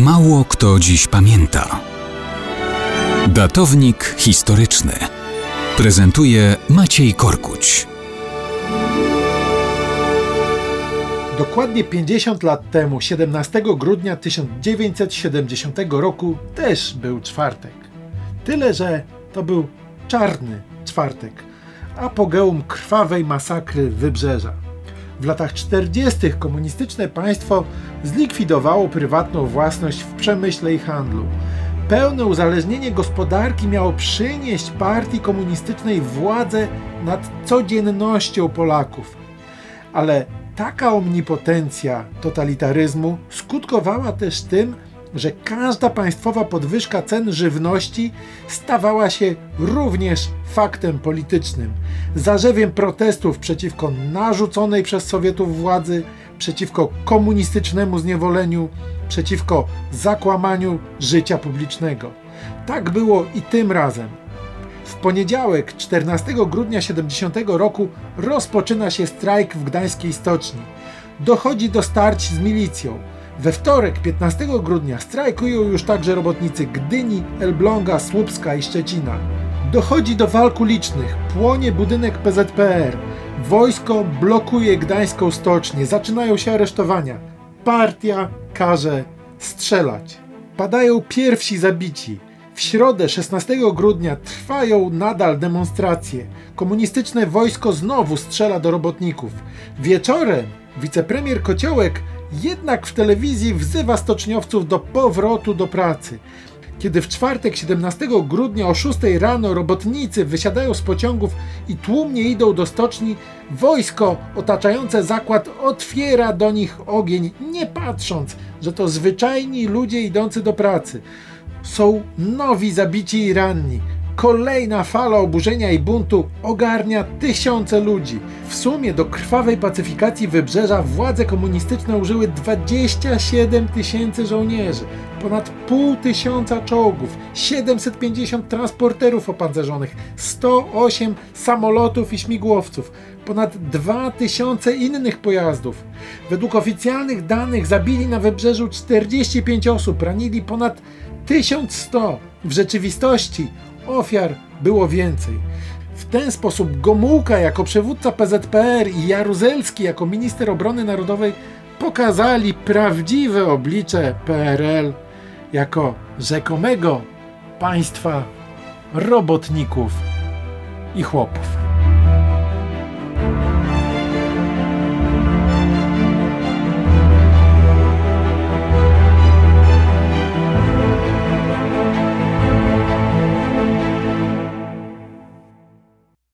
Mało kto dziś pamięta. Datownik historyczny prezentuje Maciej Korkuć. Dokładnie 50 lat temu, 17 grudnia 1970 roku, też był czwartek. Tyle, że to był czarny czwartek, apogeum krwawej masakry Wybrzeża. W latach 40. komunistyczne państwo zlikwidowało prywatną własność w przemyśle i handlu. Pełne uzależnienie gospodarki miało przynieść partii komunistycznej władzę nad codziennością Polaków. Ale taka omnipotencja totalitaryzmu skutkowała też tym, że każda państwowa podwyżka cen żywności stawała się również faktem politycznym, zarzewiem protestów przeciwko narzuconej przez Sowietów władzy, przeciwko komunistycznemu zniewoleniu, przeciwko zakłamaniu życia publicznego. Tak było i tym razem. W poniedziałek, 14 grudnia 70 roku rozpoczyna się strajk w gdańskiej stoczni. Dochodzi do starć z milicją. We wtorek, 15 grudnia, strajkują już także robotnicy Gdyni, Elbląga, Słupska i Szczecina. Dochodzi do walk ulicznych, płonie budynek PZPR. Wojsko blokuje gdańską stocznię, zaczynają się aresztowania. Partia każe strzelać. Padają pierwsi zabici. W środę, 16 grudnia, trwają nadal demonstracje. Komunistyczne wojsko znowu strzela do robotników. Wieczorem wicepremier Kociołek jednak w telewizji wzywa stoczniowców do powrotu do pracy. Kiedy w czwartek, 17 grudnia o 6 rano robotnicy wysiadają z pociągów i tłumnie idą do stoczni, wojsko otaczające zakład otwiera do nich ogień, nie patrząc, że to zwyczajni ludzie idący do pracy. Są nowi zabici i ranni. Kolejna fala oburzenia i buntu ogarnia tysiące ludzi. W sumie do krwawej pacyfikacji Wybrzeża władze komunistyczne użyły 27 000 żołnierzy, ponad 500 czołgów, 750 transporterów opancerzonych, 108 samolotów i śmigłowców, ponad 2000 innych pojazdów. Według oficjalnych danych zabili na Wybrzeżu 45 osób, ranili ponad 1100. W rzeczywistości ofiar było więcej. W ten sposób Gomułka jako przywódca PZPR i Jaruzelski jako minister obrony narodowej pokazali prawdziwe oblicze PRL jako rzekomego państwa robotników i chłopów.